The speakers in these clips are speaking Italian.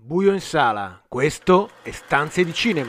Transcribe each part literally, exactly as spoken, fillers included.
Buio in sala, questo è Stanze di Cinema.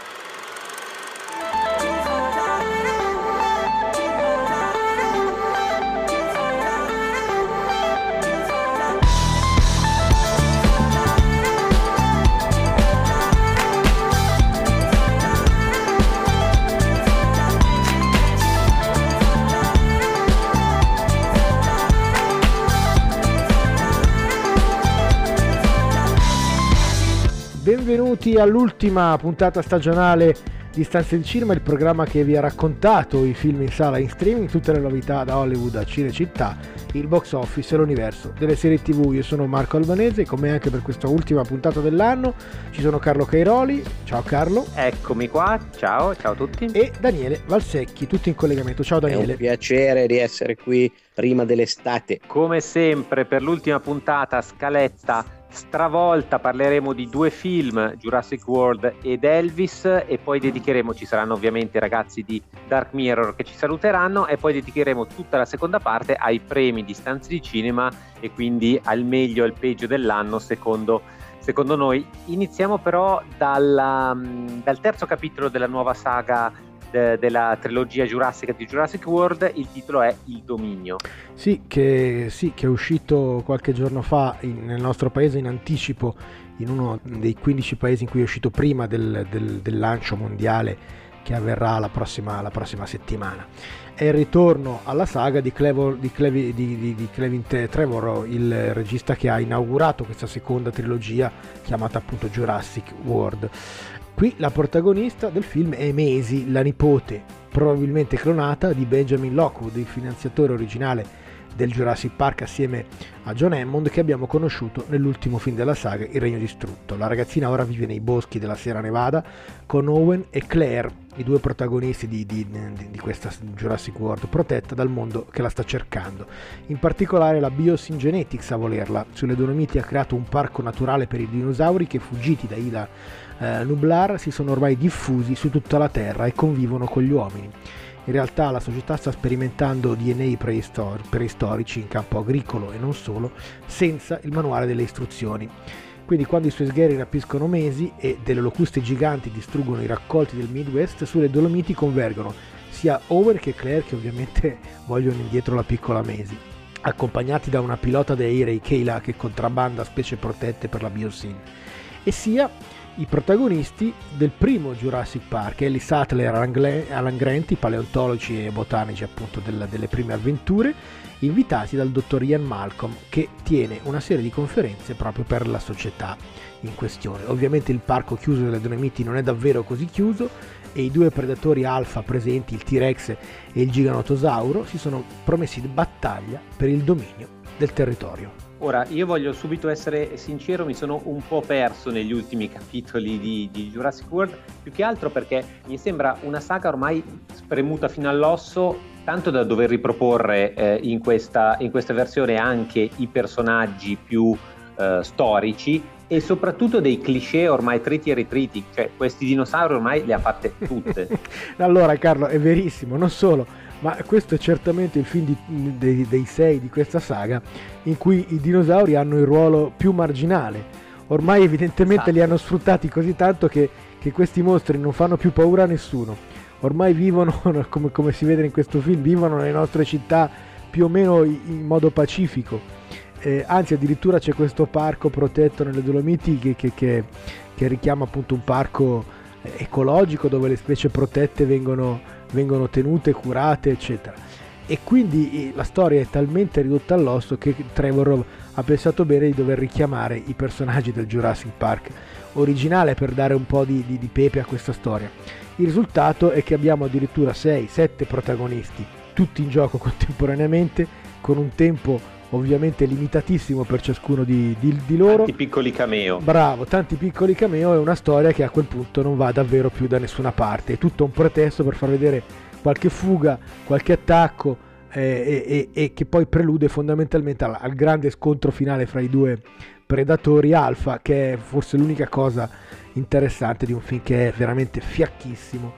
Benvenuti all'ultima puntata stagionale di Stanze di Cinema, il programma che vi ha raccontato i film in sala e in streaming, tutte le novità da Hollywood a Cinecittà, il box office e l'universo delle serie tv. Io sono Marco Albanese e con me anche per questa ultima puntata dell'anno ci sono Carlo Cairoli. Ciao Carlo. Eccomi qua, ciao, ciao a tutti. E Daniele Valsecchi, tutti in collegamento. Ciao Daniele. È un piacere di essere qui prima dell'estate. Come sempre per l'ultima puntata scaletta stravolta, parleremo di due film, Jurassic World ed Elvis, e poi dedicheremo, ci saranno ovviamente i ragazzi di Dark Mirror che ci saluteranno, e poi dedicheremo tutta la seconda parte ai premi di Stanze di Cinema e quindi al meglio e al peggio dell'anno secondo, secondo noi. Iniziamo però dalla, dal terzo capitolo della nuova saga de, della trilogia giurassica di Jurassic World. Il titolo è Il Dominio. Sì, che, sì, che è uscito qualche giorno fa in, nel nostro paese in anticipo, in uno dei quindici paesi in cui è uscito prima del, del, del lancio mondiale che avverrà la prossima, la prossima settimana. È il ritorno alla saga di, Clevor, di, Clevi, di, di, di Clevin Trevorrow, il regista che ha inaugurato questa seconda trilogia chiamata appunto Jurassic World. Qui la protagonista del film è Maisie, la nipote, probabilmente clonata, di Benjamin Lockwood, il finanziatore originale del Jurassic Park assieme a John Hammond, che abbiamo conosciuto nell'ultimo film della saga, Il Regno Distrutto. La ragazzina ora vive nei boschi della Sierra Nevada con Owen e Claire, i due protagonisti di, di, di, di questa Jurassic World, protetta dal mondo che la sta cercando. In particolare la Biosyngenetics a volerla. Sulle Dolomiti ha creato un parco naturale per i dinosauri che, fuggiti da Ila eh, Nublar, si sono ormai diffusi su tutta la Terra e convivono con gli uomini. In realtà la società sta sperimentando D N A preistor- preistorici in campo agricolo e non solo, senza il manuale delle istruzioni. Quindi quando i suoi sgherri rapiscono Maisie e delle locuste giganti distruggono i raccolti del Midwest, sulle Dolomiti convergono sia Owen che Claire, che ovviamente vogliono indietro la piccola Maisie, accompagnati da una pilota dell'aerei, Kayla, che contrabbanda specie protette per la Biosyn, e sia i protagonisti del primo Jurassic Park, Ellie Sattler e Alan Grant, i paleontologi e botanici appunto della, delle prime avventure, invitati dal dottor Ian Malcolm, che tiene una serie di conferenze proprio per la società in questione. Ovviamente il parco chiuso delle Dolomiti non è davvero così chiuso e i due predatori alfa presenti, il T-Rex e il Giganotosauro, si sono promessi battaglia per il dominio del territorio. Ora, io voglio subito essere sincero, mi sono un po' perso negli ultimi capitoli di, di Jurassic World, più che altro perché mi sembra una saga ormai spremuta fino all'osso, tanto da dover riproporre eh, in, questa, in questa versione anche i personaggi più eh, storici e soprattutto dei cliché ormai triti e ritriti, cioè questi dinosauri ormai le ha fatte tutte. Allora Carlo, è verissimo, non solo, ma questo è certamente il film di, dei, dei sei di questa saga in cui i dinosauri hanno il ruolo più marginale. Ormai evidentemente esatto. Li hanno sfruttati così tanto che, che questi mostri non fanno più paura a nessuno. Ormai vivono, come, come si vede in questo film, vivono nelle nostre città più o meno in modo pacifico. Eh, anzi, addirittura c'è questo parco protetto nelle Dolomiti che, che, che, che richiama appunto un parco ecologico dove le specie protette vengono, vengono tenute, curate, eccetera. E quindi la storia è talmente ridotta all'osso che Trevorrow ha pensato bene di dover richiamare i personaggi del Jurassic Park originale per dare un po' di, di, di pepe a questa storia. Il risultato è che abbiamo addirittura sei sette protagonisti, tutti in gioco contemporaneamente, con un tempo ovviamente limitatissimo per ciascuno di, di, di loro. Tanti piccoli cameo. Bravo, tanti piccoli cameo, è una storia che a quel punto non va davvero più da nessuna parte, è tutto un pretesto per far vedere qualche fuga, qualche attacco eh, e, e, e che poi prelude fondamentalmente al, al grande scontro finale fra i due predatori alfa, che è forse l'unica cosa interessante di un film che è veramente fiacchissimo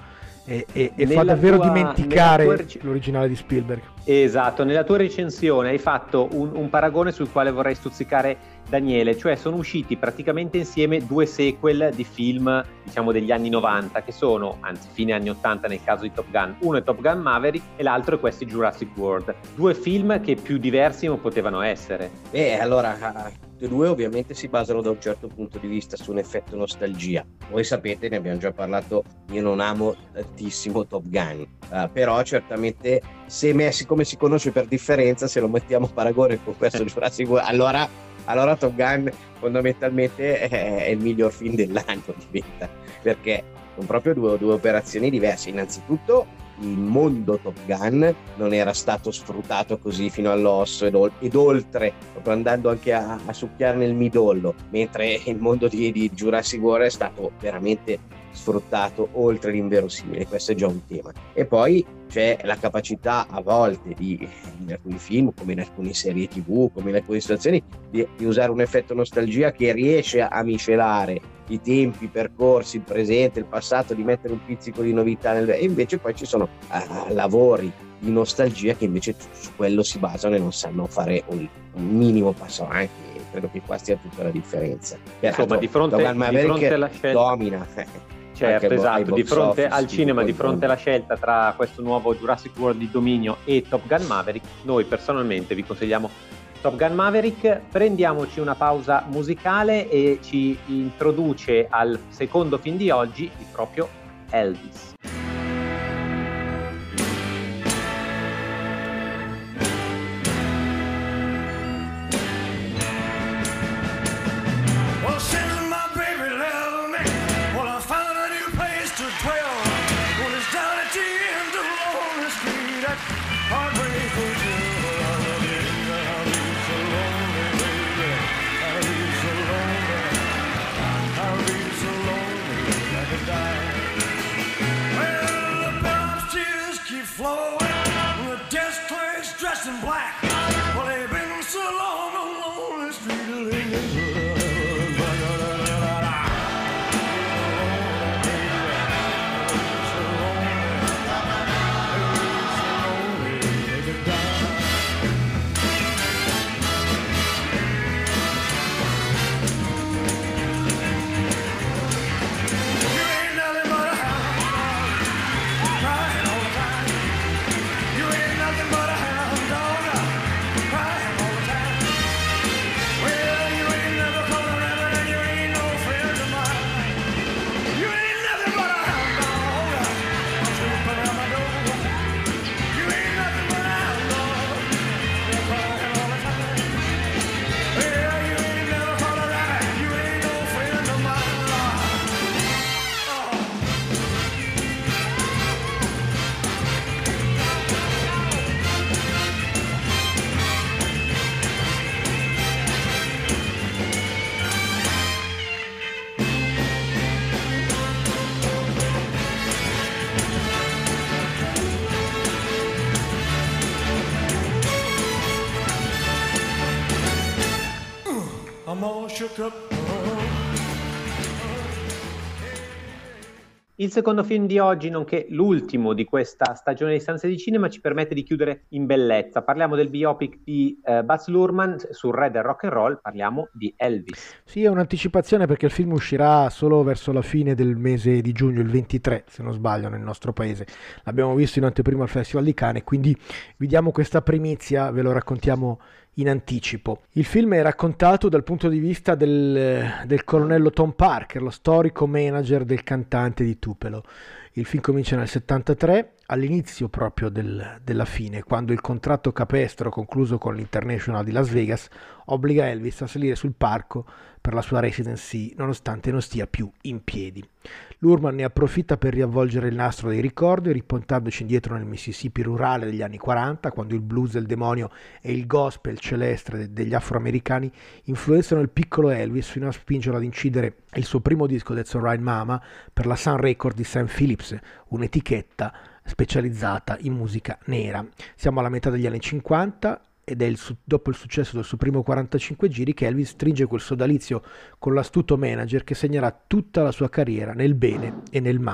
e, e, e fa davvero tua, dimenticare tua... l'originale di Spielberg. Esatto, nella tua recensione hai fatto un, un paragone sul quale vorrei stuzzicare Daniele, cioè sono usciti praticamente insieme due sequel di film, diciamo, degli anni novanta, che sono, anzi fine anni ottanta nel caso di Top Gun. Uno è Top Gun Maverick e l'altro è questo Jurassic World. Due film che più diversi non potevano essere. Beh, allora, tutti e due ovviamente si basano da un certo punto di vista su un effetto nostalgia. Voi sapete, ne abbiamo già parlato, io non amo tantissimo Top Gun, uh, però certamente se messi come si conosce per differenza, se lo mettiamo a paragone con questo Jurassic World, allora allora Top Gun fondamentalmente è il miglior film dell'anno, diventa, perché sono proprio due, due operazioni diverse. Innanzitutto il mondo Top Gun non era stato sfruttato così fino all'osso ed, ol- ed oltre, proprio andando anche a, a succhiarne il midollo, mentre il mondo di, di Jurassic World è stato veramente sfruttato oltre l'inverosimile. Questo è già un tema. E poi c'è la capacità a volte di, in alcuni film, come in alcune serie tv, come in alcune situazioni, di, di usare un effetto nostalgia che riesce a miscelare i tempi, i percorsi, il presente, il passato, di mettere un pizzico di novità nel... e invece poi ci sono uh, lavori di nostalgia che invece su quello si basano e non sanno fare un, un minimo passo avanti. Credo che qua stia tutta la differenza. Insomma, di fronte, di fronte alla scelta domina. Certo, esatto, di fronte office, al cinema, di fronte alla scelta tra questo nuovo Jurassic World di dominio e Top Gun Maverick, noi personalmente vi consigliamo Top Gun Maverick. Prendiamoci una pausa musicale e ci introduce al secondo film di oggi, proprio Elvis. Il secondo film di oggi, nonché l'ultimo di questa stagione di Stanze di Cinema, ci permette di chiudere in bellezza. Parliamo del biopic di uh, Baz Luhrmann sul re del rock and roll, parliamo di Elvis. Sì, è un'anticipazione perché il film uscirà solo verso la fine del mese di giugno, il ventitré se non sbaglio, nel nostro paese. L'abbiamo visto in anteprima al Festival di Cannes, quindi vi diamo questa primizia, ve lo raccontiamo in anticipo. Il film è raccontato dal punto di vista del, del colonnello Tom Parker, lo storico manager del cantante di Tupelo. Il film comincia nel settantatré, all'inizio proprio del, della fine, quando il contratto capestro concluso con l'International di Las Vegas obbliga Elvis a salire sul palco per la sua residency nonostante non stia più in piedi. Luhrmann ne approfitta per riavvolgere il nastro dei ricordi, riportandoci indietro nel Mississippi rurale degli anni quaranta, quando il blues del demonio e il gospel celeste degli afroamericani influenzano il piccolo Elvis fino a spingerlo ad incidere il suo primo disco, That's Alright Mama, per la Sun Record di Sam Phillips, un'etichetta specializzata in musica nera. Siamo alla metà degli anni cinquanta ed è il su- dopo il successo del suo primo quarantacinque giri che Elvis stringe quel sodalizio con l'astuto manager che segnerà tutta la sua carriera nel bene e nel male.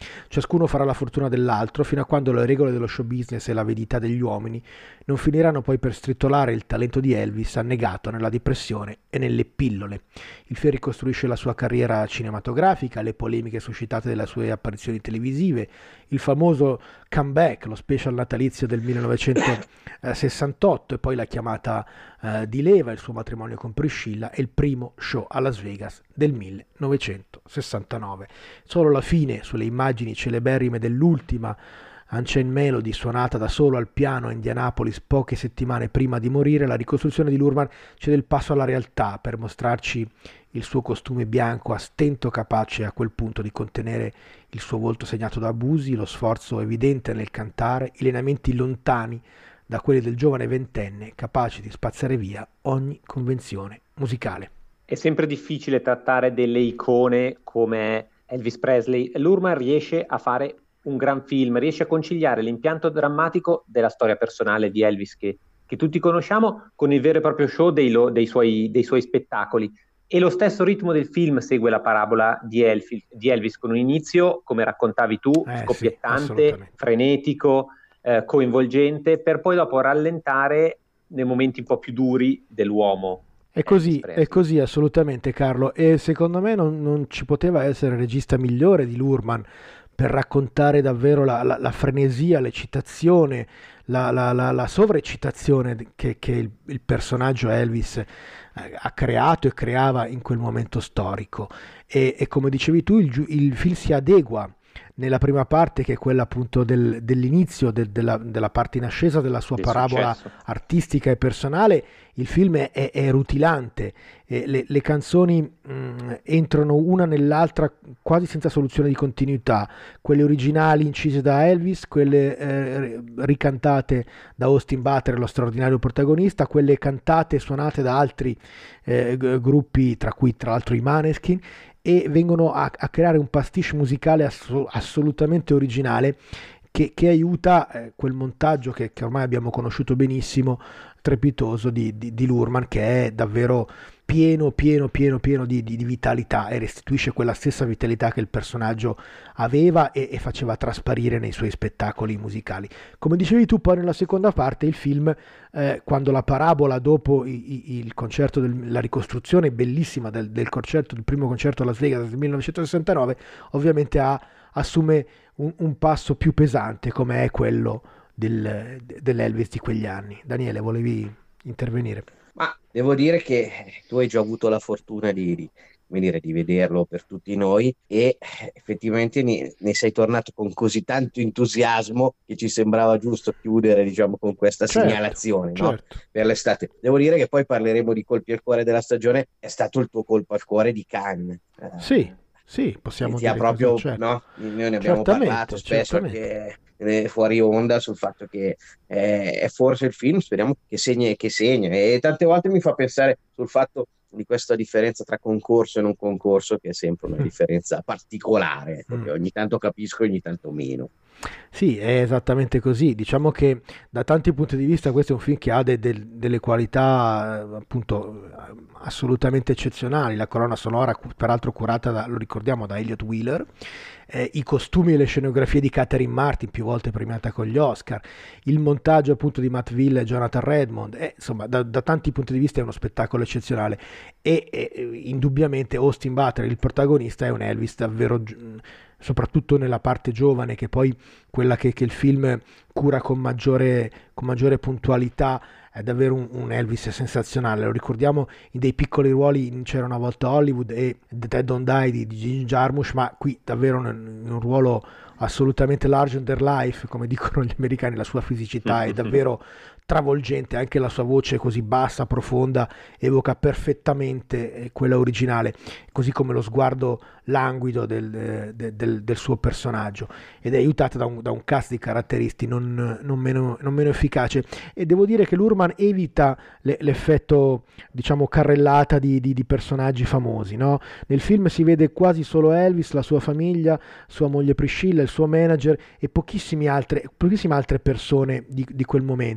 Ciascuno farà la fortuna dell'altro fino a quando le regole dello show business e l'avidità degli uomini non finiranno poi per stritolare il talento di Elvis annegato nella depressione e nelle pillole. Il film ricostruisce la sua carriera cinematografica, le polemiche suscitate dalle sue apparizioni televisive, il famoso comeback, lo special natalizio del millenovecentosessantotto e poi la chiamata eh, di leva, il suo matrimonio con Priscilla e il primo show a Las Vegas del millenovecentosessantanove. Solo la fine, sulle immagini celeberrime dell'ultima Unchained Melody suonata da solo al piano a Indianapolis poche settimane prima di morire, la ricostruzione di Luhrmann cede il passo alla realtà per mostrarci il suo costume bianco a stento capace a quel punto di contenere il suo volto segnato da abusi, lo sforzo evidente nel cantare, i lineamenti lontani da quelli del giovane ventenne capace di spazzare via ogni convenzione musicale. È sempre difficile trattare delle icone come Elvis Presley. Luhrmann riesce a fare un gran film, riesce a conciliare l'impianto drammatico della storia personale di Elvis che, che tutti conosciamo con il vero e proprio show dei, lo, dei, suoi, dei suoi spettacoli, e lo stesso ritmo del film segue la parabola di Elvis, di Elvis con un inizio, come raccontavi tu, eh, scoppiettante, sì, frenetico, eh, coinvolgente, per poi dopo rallentare nei momenti un po' più duri dell'uomo. È così, è così assolutamente, Carlo, e secondo me non, non ci poteva essere regista migliore di Luhrmann per raccontare davvero la, la, la frenesia, l'eccitazione, la, la, la, la sovraeccitazione che, che il, il personaggio Elvis eh, ha creato e creava in quel momento storico. E, e come dicevi tu, il, il film si adegua nella prima parte, che è quella appunto del, dell'inizio de, della, della parte in ascesa della sua del parabola successo artistica e personale. Il film è, è, è rutilante, e le, le canzoni mh, entrano una nell'altra quasi senza soluzione di continuità, quelle originali incise da Elvis, quelle eh, ricantate da Austin Butler, lo straordinario protagonista, quelle cantate e suonate da altri eh, gruppi, tra cui tra l'altro i Maneskin, e vengono a, a creare un pastiche musicale ass- assolutamente originale che, che aiuta eh, quel montaggio che, che ormai abbiamo conosciuto benissimo, trepitoso di, di, di Luhrmann, che è davvero pieno, pieno, pieno, pieno di, di, di vitalità, e restituisce quella stessa vitalità che il personaggio aveva e, e faceva trasparire nei suoi spettacoli musicali. Come dicevi tu, poi nella seconda parte il film, eh, quando la parabola dopo i, i, il concerto, del, la ricostruzione bellissima del, del concerto, del primo concerto a Las Vegas del millenovecentosessantanove, ovviamente ha, assume un, un passo più pesante, come è quello del, dell'Elvis di quegli anni. Daniele, volevi intervenire? Ma devo dire che tu hai già avuto la fortuna di, di, come dire, di vederlo per tutti noi, e effettivamente ne, ne sei tornato con così tanto entusiasmo che ci sembrava giusto chiudere, diciamo, con questa Certo, segnalazione, no? certo. Per l'estate. Devo dire che poi parleremo di colpi al cuore della stagione. È stato il tuo colpo al cuore di Cannes. Eh, Sì, sì, possiamo che ti ha dire proprio, così, certo. no? Noi ne abbiamo Certamente, parlato spesso certamente. anche eh, fuori onda sul fatto che eh, è forse il film, speriamo che segna e che segna, e tante volte mi fa pensare sul fatto di questa differenza tra concorso e non concorso, che è sempre una Mm. differenza particolare, ecco, Mm. che ogni tanto capisco e ogni tanto meno. Sì, è esattamente così. Diciamo che da tanti punti di vista questo è un film che ha de- del- delle qualità eh, appunto eh, assolutamente eccezionali. La colonna sonora, cu- peraltro curata da, lo ricordiamo, da Elliott Wheeler, eh, i costumi e le scenografie di Catherine Martin, più volte premiata con gli Oscar, il montaggio appunto di Matt Ville e Jonathan Redmond, eh, insomma da, da tanti punti di vista è uno spettacolo eccezionale, e, e indubbiamente Austin Butler, il protagonista, è un Elvis davvero gi- soprattutto nella parte giovane, che poi quella che, che il film cura con maggiore, con maggiore puntualità. È davvero un, un Elvis sensazionale. Lo ricordiamo in dei piccoli ruoli in C'era una volta Hollywood e The Dead Don't Die di, di Jim Jarmusch, ma qui davvero in un ruolo assolutamente larger than life, come dicono gli americani. La sua fisicità è davvero travolgente, anche la sua voce così bassa, profonda, evoca perfettamente eh, quella originale, così come lo sguardo languido del, eh, de- del- del suo personaggio, ed è aiutata da un, da un cast di caratteristi non, non meno, non meno efficace. E devo dire che Luhrmann evita le- l'effetto, diciamo, carrellata di, di- di personaggi famosi, no? Nel film si vede quasi solo Elvis, la sua famiglia, sua moglie Priscilla, il suo manager e pochissimi altre, pochissime altre persone di, di quel momento.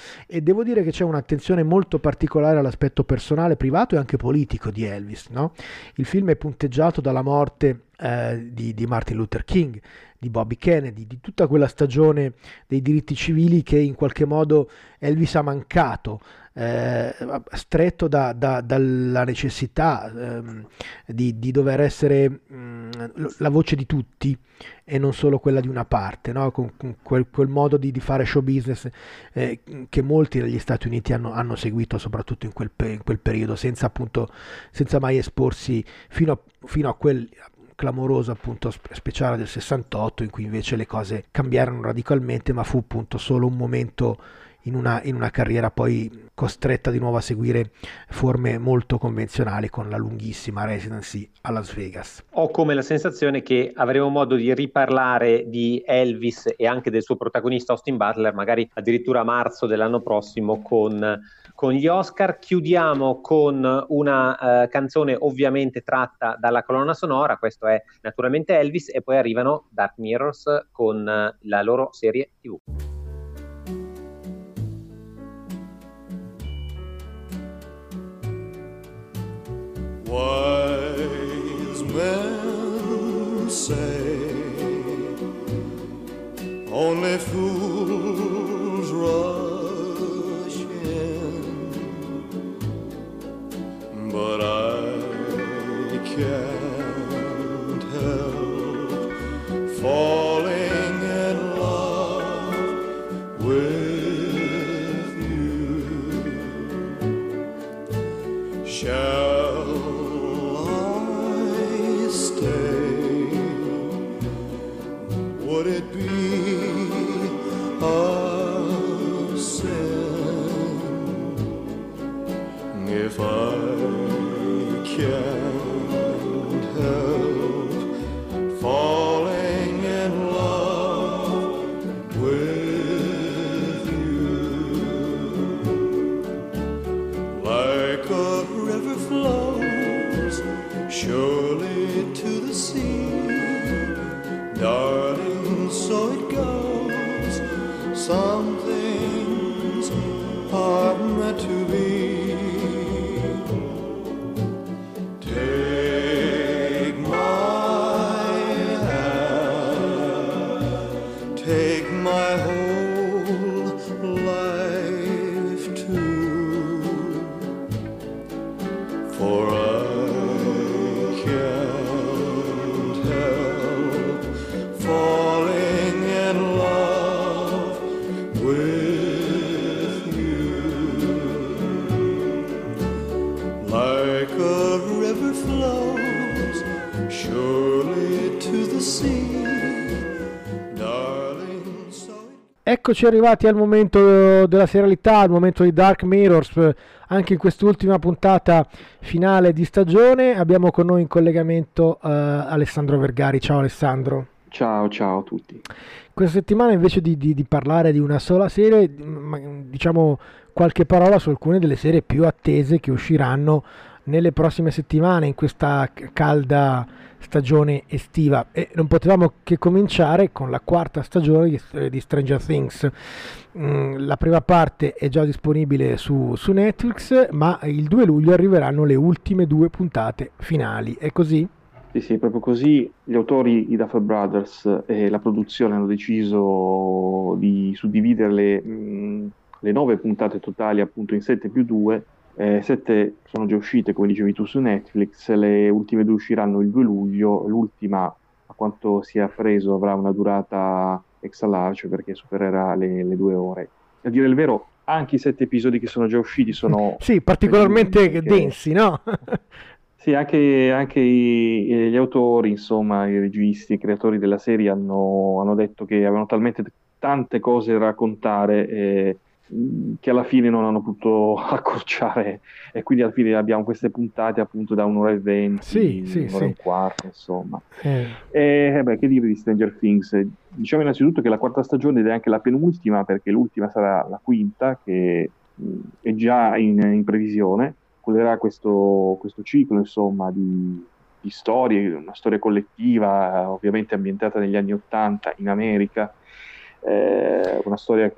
e devo dire che c'è un'attenzione molto particolare all'aspetto personale, privato e anche politico di Elvis, no? Il film è punteggiato dalla morte eh, di, di Martin Luther King, di Bobby Kennedy, di tutta quella stagione dei diritti civili che in qualche modo Elvis ha mancato, eh, stretto da, da, dalla necessità ehm, di, di dover essere mh, la voce di tutti e non solo quella di una parte, no? Con, con quel, quel modo di, di fare show business eh, che molti degli Stati Uniti hanno, hanno seguito soprattutto in quel, in quel periodo, senza appunto senza mai esporsi fino a, fino a quel clamoroso appunto speciale del sessantotto, in cui invece le cose cambiarono radicalmente, ma fu appunto solo un momento in una, in una carriera poi costretta di nuovo a seguire forme molto convenzionali, con la lunghissima residency a Las Vegas. Ho come la sensazione che avremo modo di riparlare di Elvis e anche del suo protagonista Austin Butler magari addirittura a marzo dell'anno prossimo con con gli Oscar. Chiudiamo con una uh, canzone ovviamente tratta dalla colonna sonora, questo è naturalmente Elvis, e poi arrivano Dark Mirrors con uh, la loro serie tivù. Wise men say only fools rush in, but I can't help falling in love with you. Shall would it be a sin if I can't help falling in love with you? Like a river flows surely to the sea, darling, so it goes. Some things are meant to be. Take my hand, take my whole life too, for I can't help falling in love with you. Like a river flows surely to the sea, darling, so Eccoci arrivati al momento della serialità, al momento di Dark Mirrors. Anche in quest'ultima puntata finale di stagione abbiamo con noi in collegamento uh, Alessandro Vergari. Ciao Alessandro. Ciao, ciao a tutti. Questa settimana invece di, di, di parlare di una sola serie, diciamo qualche parola su alcune delle serie più attese che usciranno nelle prossime settimane in questa calda stagione estiva, e non potevamo che cominciare con la quarta stagione di, di Stranger Things. Mm, la prima parte è già disponibile su, su Netflix, ma il due luglio arriveranno le ultime due puntate finali, è così? Sì, sì, proprio così. Gli autori, i Duffer Brothers e la produzione hanno deciso di suddividere le, mh, le nove puntate totali appunto in sette più due. Eh, sette sono già uscite, come dicevi tu, su Netflix, le ultime due usciranno il due luglio, l'ultima, a quanto si è appreso, avrà una durata extra large perché supererà le, le due ore. A dire il vero, anche i sette episodi che sono già usciti sono... sì, particolarmente che... densi, no? Sì, anche, anche i, gli autori, insomma, i registi, i creatori della serie hanno, hanno detto che avevano talmente tante cose da raccontare eh, che alla fine non hanno potuto accorciare, e quindi alla fine abbiamo queste puntate appunto da un'ora e venti, sì, sì, un'ora sì. e un quarto, insomma. Eh. E beh, che dire di Stranger Things? Diciamo innanzitutto che la quarta stagione è anche la penultima, perché l'ultima sarà la quinta, che mh, è già in, in previsione. Concluderà questo, questo ciclo, insomma, di, di storie, una storia collettiva, ovviamente ambientata negli anni Ottanta in America, eh, una storia che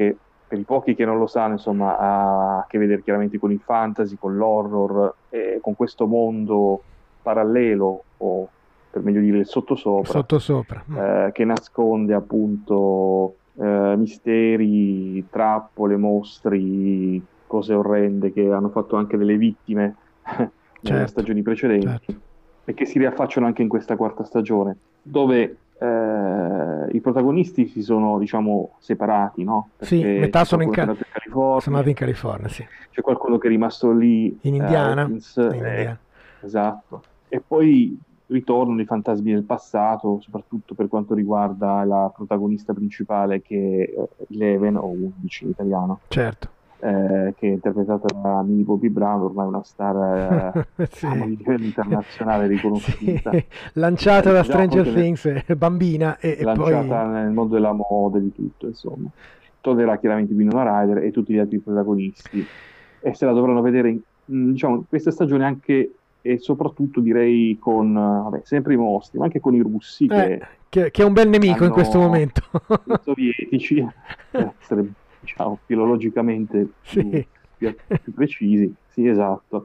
per i pochi che non lo sanno, insomma, ha a che vedere chiaramente con il fantasy, con l'horror, eh, con questo mondo parallelo, o per meglio dire il sottosopra, Sottosopra. eh, che nasconde appunto eh, misteri, trappole, mostri, cose orrende che hanno fatto anche delle vittime nelle Certo, stagioni precedenti, certo. e che si riaffacciano anche in questa quarta stagione, dove eh, i protagonisti si sono, diciamo, separati, no? Sì, Perché metà c'è sono in, qualcuno che Ca- è andato in sono andati California, in California, sì. c'è qualcuno che è rimasto lì, In eh, Indiana. Hawkins, In eh, Indiana. esatto, e poi ritornano i fantasmi del passato, soprattutto per quanto riguarda la protagonista principale, che è Eleven, o undici in italiano, Certo. eh, che è interpretata da Millie Bobby Brown, ormai una star eh, Sì. diciamo, di livello internazionale riconosciuta. Sì, lanciata Eh, da diciamo Stranger che nel- Things, eh, bambina, e, e lanciata poi... nel mondo della moda e di tutto, insomma. Tornerà chiaramente Winona Ryder e tutti gli altri protagonisti, e se la dovranno vedere in, mh, diciamo, questa stagione anche e soprattutto, direi, con eh, vabbè, sempre i mostri, ma anche con i russi, Eh, che che, che è un bel nemico in questo hanno momento. i sovietici, per essere, diciamo, filologicamente più, Sì. più, più precisi, sì, esatto.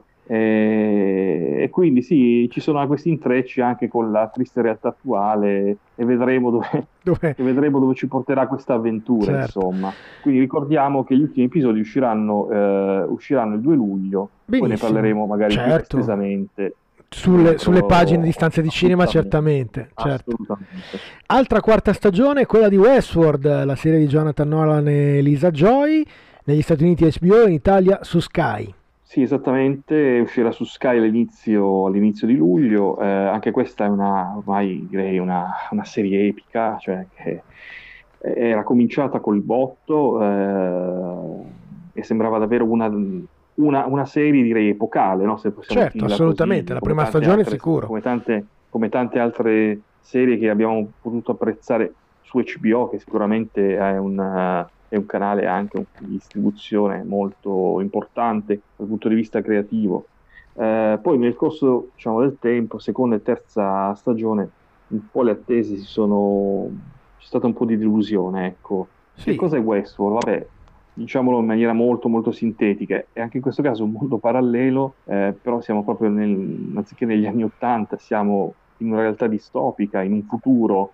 E, e quindi sì, ci sono questi intrecci anche con la triste realtà attuale, e vedremo dove, Dove... e vedremo dove ci porterà questa avventura, Certo. insomma. Quindi ricordiamo che gli ultimi episodi usciranno, eh, usciranno il due luglio, poi ne Benissimo. parleremo magari più Certo. estesamente Sulle, altro- sulle pagine di Stanze di Cinema, certamente. Certo. Assolutamente. Altra quarta stagione è quella di Westworld, la serie di Jonathan Nolan e Lisa Joy, negli Stati Uniti H B O, in Italia su Sky. Sì, esattamente, uscirà su Sky all'inizio, all'inizio di luglio. Eh, anche questa è una, ormai direi una, una serie epica, cioè che era cominciata col botto, eh, e sembrava davvero una, una, una serie, direi, epocale, no? Se possiamo Certo, definirla assolutamente, così, la come prima tante stagione altre- sicuro. Come tante, come tante altre serie che abbiamo potuto apprezzare su H B O, che sicuramente è un, è un canale anche di distribuzione molto importante dal punto di vista creativo. Eh, poi nel corso, diciamo, del tempo, seconda e terza stagione, un po' le attese si sono... c'è stata un po' di delusione, ecco. Sì. Che cosa è Westworld? Vabbè, diciamolo in maniera molto molto sintetica, è anche in questo caso un mondo parallelo, eh, però siamo proprio nel, anziché negli anni Ottanta, siamo in una realtà distopica, in un futuro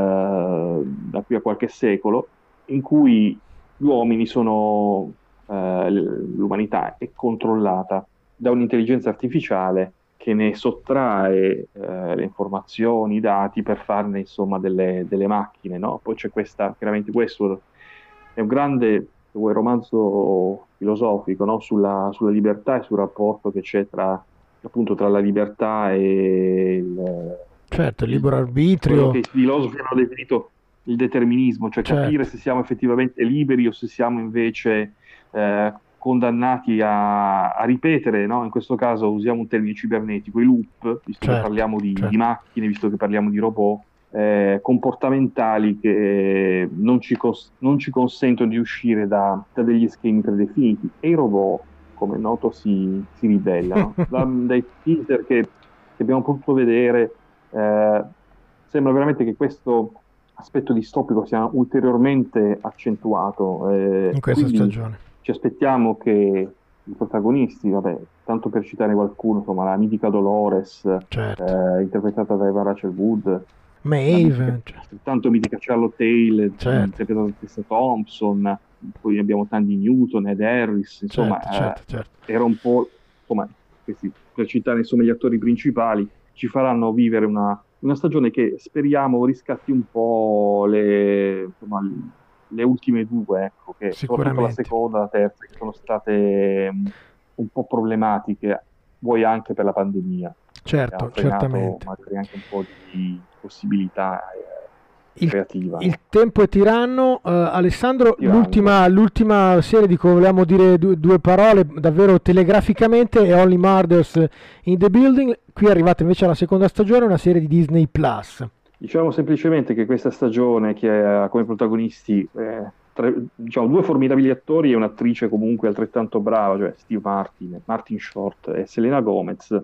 eh, da qui a qualche secolo, in cui gli uomini sono, eh, l'umanità è controllata da un'intelligenza artificiale che ne sottrae eh, le informazioni, i dati, per farne, insomma, delle, delle macchine, no? Poi c'è questa, chiaramente questo è un grande, se vuoi, romanzo filosofico, no? Sulla, sulla libertà e sul rapporto che c'è tra, appunto, tra la libertà e il, Certo, il libero quello arbitrio. che i filosofi hanno definito il determinismo, cioè Certo. capire se siamo effettivamente liberi o se siamo invece eh, condannati a, a ripetere, no? In questo caso usiamo un termine cibernetico, i loop, visto Certo, che parliamo di, certo. di macchine, visto che parliamo di robot, eh, comportamentali che non ci, cos- non ci consentono di uscire da, da degli schemi predefiniti, e i robot, come è noto, si, si ribellano. Da, dai teaser che, che abbiamo potuto vedere, eh, sembra veramente che questo aspetto distopico sia ulteriormente accentuato, eh, In questa quindi stagione. ci aspettiamo che i protagonisti, vabbè, tanto per citare qualcuno, insomma, la mitica Dolores, Certo. eh, interpretata da Eva Rachel Wood, la Maeve. mitica, altrettanto mitica Charlotte Hale, Certo. interpretata da Tessa Thompson, poi abbiamo Tandy Newton, Ed Harris, insomma, Certo, certo, certo. eh, era un po', insomma, questi, per citare, insomma, gli attori principali, ci faranno vivere una, una stagione che speriamo riscatti un po' le, insomma, le ultime due, ecco, che soprattutto la Sicuramente. seconda e la terza, che sono state um, un po' problematiche, vuoi anche per la pandemia, che ha Certo, frenato certamente. magari anche un po' di possibilità eh, Il, creativa. il tempo è tiranno. Uh, Alessandro, Tiranno. l'ultima, l'ultima serie di cui volevamo dire due, due parole davvero telegraficamente è Only Murders in the Building. Qui è arrivata invece alla seconda stagione, una serie di Disney Plus. Diciamo semplicemente che questa stagione, che ha come protagonisti eh, tre, diciamo, due formidabili attori e un'attrice comunque altrettanto brava, cioè Steve Martin, Martin Short e Selena Gomez,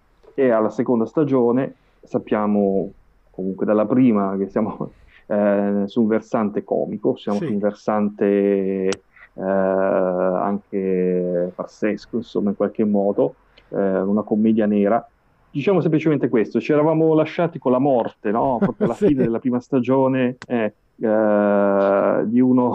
e alla seconda stagione sappiamo comunque dalla prima che siamo eh, su un versante comico, siamo Sì. su un versante eh, anche farsesco, insomma, in qualche modo, eh, una commedia nera. Diciamo semplicemente questo: ci eravamo lasciati con la morte, no? Proprio alla Sì. fine della prima stagione, eh, eh, di uno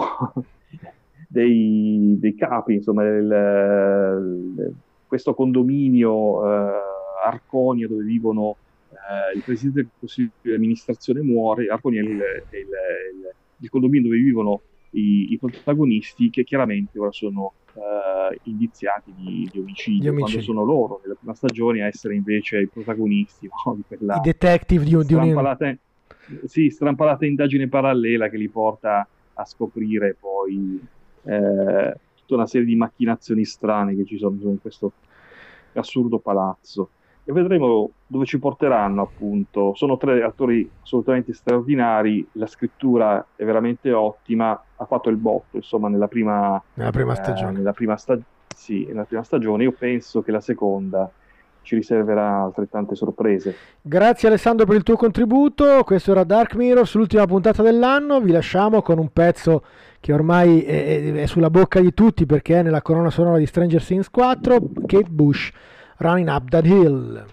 dei, dei capi, insomma, del, del- questo condominio eh, Arconia, dove vivono eh, il presidente del consiglio di amministrazione muore. Arconia è il, è il- il- il condominio dove vivono i, i protagonisti, che chiaramente ora sono eh, indiziati di, di omicidio, Di omicidio. quando sono loro nella prima stagione a essere invece i protagonisti, no? Di quella I detective di, un- di un... strampalata, sì, strampalata indagine parallela che li porta a scoprire poi eh, tutta una serie di macchinazioni strane che ci sono in questo assurdo palazzo. E vedremo dove ci porteranno, appunto. Sono tre attori assolutamente straordinari, la scrittura è veramente ottima, ha fatto il botto, insomma, nella prima, nella prima eh, stagione. nella prima sta- sì, nella prima stagione. Io penso che la seconda ci riserverà altrettante sorprese. Grazie Alessandro per il tuo contributo. Questo era Dark Mirror sull'ultima puntata dell'anno. Vi lasciamo con un pezzo che ormai è, è sulla bocca di tutti perché è nella colonna sonora di Stranger Things quattro, Kate Bush, Running Up That Hill.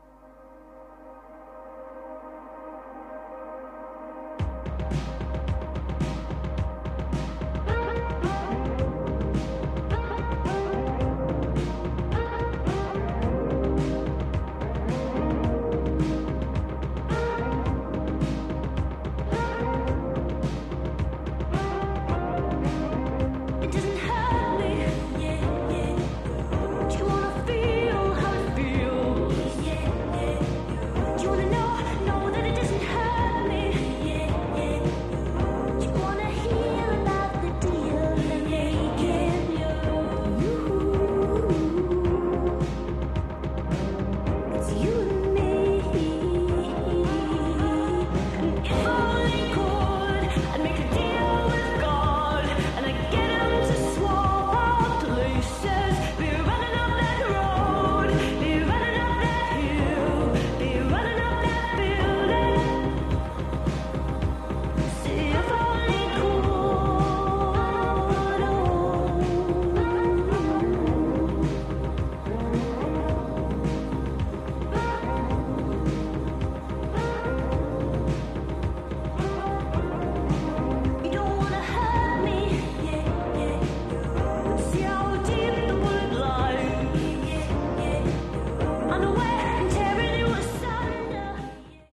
It doesn't hurt me, yeah, yeah. Do you wanna feel how it feels? Yeah, yeah. Do you wanna know, know that it doesn't hurt me? Yeah, yeah. Do you wanna hear about the deal they're making? You, it's you and me. And if only could, I'd make a deal with God, and I'd get him to swap our places. Be running up that road, be running up that hill, be running up that building. See if only could. You don't wanna hurt me, yeah, yeah. See how deep the bullet lies, yeah, yeah. Unaware and tearing you asunder.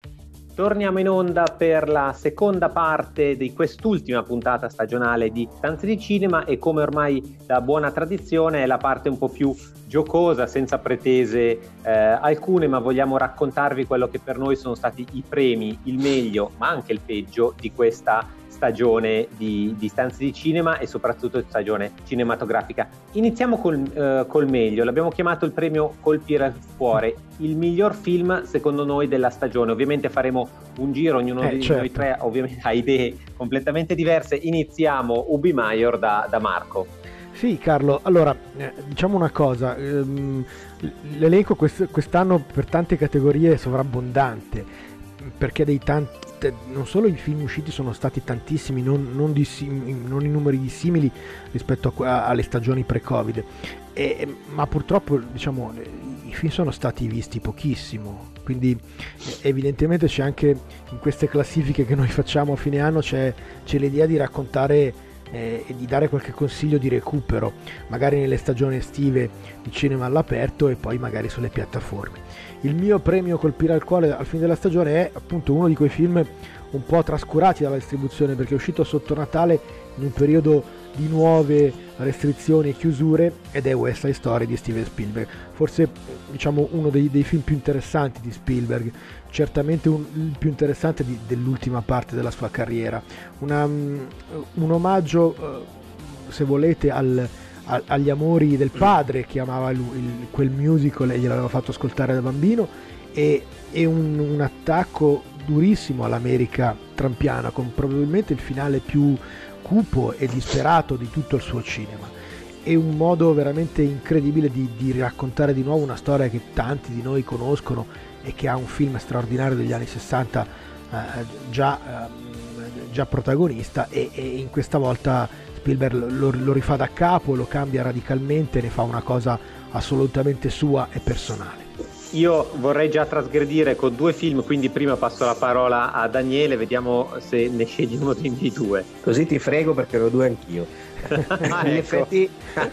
Torniamo in onda per la seconda parte di quest'ultima puntata stagionale di Stanze di Cinema, e come ormai da buona tradizione è la parte un po' più giocosa, senza pretese eh, alcune, ma vogliamo raccontarvi quello che per noi sono stati i premi, il meglio ma anche il peggio di questa stagione di, di Stanze di Cinema, e soprattutto stagione cinematografica. Iniziamo col, eh, col meglio, l'abbiamo chiamato il premio Colpire al cuore, il miglior film secondo noi della stagione. Ovviamente faremo un giro, ognuno Eh, di certo. noi tre ovviamente ha idee completamente diverse. Iniziamo Ubi Maior da, da Marco. Sì, Carlo, allora eh, diciamo una cosa, ehm, l'elenco quest- quest'anno per tante categorie è sovrabbondante, perché dei tanti, non solo i film usciti sono stati tantissimi, non, non, dissim- non in numeri dissimili rispetto a que- alle stagioni pre-Covid, e, ma purtroppo diciamo i film sono stati visti pochissimo, quindi eh, evidentemente c'è anche in queste classifiche che noi facciamo a fine anno c'è, c'è l'idea di raccontare eh, e di dare qualche consiglio di recupero, magari nelle stagioni estive di cinema all'aperto e poi magari sulle piattaforme. Il mio premio Colpire al cuore al fine della stagione è appunto uno di quei film un po' trascurati dalla distribuzione, perché è uscito sotto Natale in un periodo di nuove restrizioni e chiusure, ed è West Side Story di Steven Spielberg, forse diciamo uno dei, dei film più interessanti di Spielberg, certamente un, il più interessante di, dell'ultima parte della sua carriera, Una, un omaggio eh, se volete al, a, agli amori del padre che amava il, il, quel musical e gliel'aveva fatto ascoltare da bambino, e, e un, un attacco durissimo all'America trampiana, con probabilmente il finale più cupo e disperato di tutto il suo cinema. È un modo veramente incredibile di, di raccontare di nuovo una storia che tanti di noi conoscono e che ha un film straordinario degli anni sessanta eh, già, eh, già protagonista, e, e in questa volta Spielberg lo, lo rifà da capo, lo cambia radicalmente, ne fa una cosa assolutamente sua e personale. Io vorrei già trasgredire con due film, quindi prima passo la parola a Daniele, vediamo se ne scegli uno dei miei due. Così ti frego perché ho due anch'io. Ah, In ecco. effetti,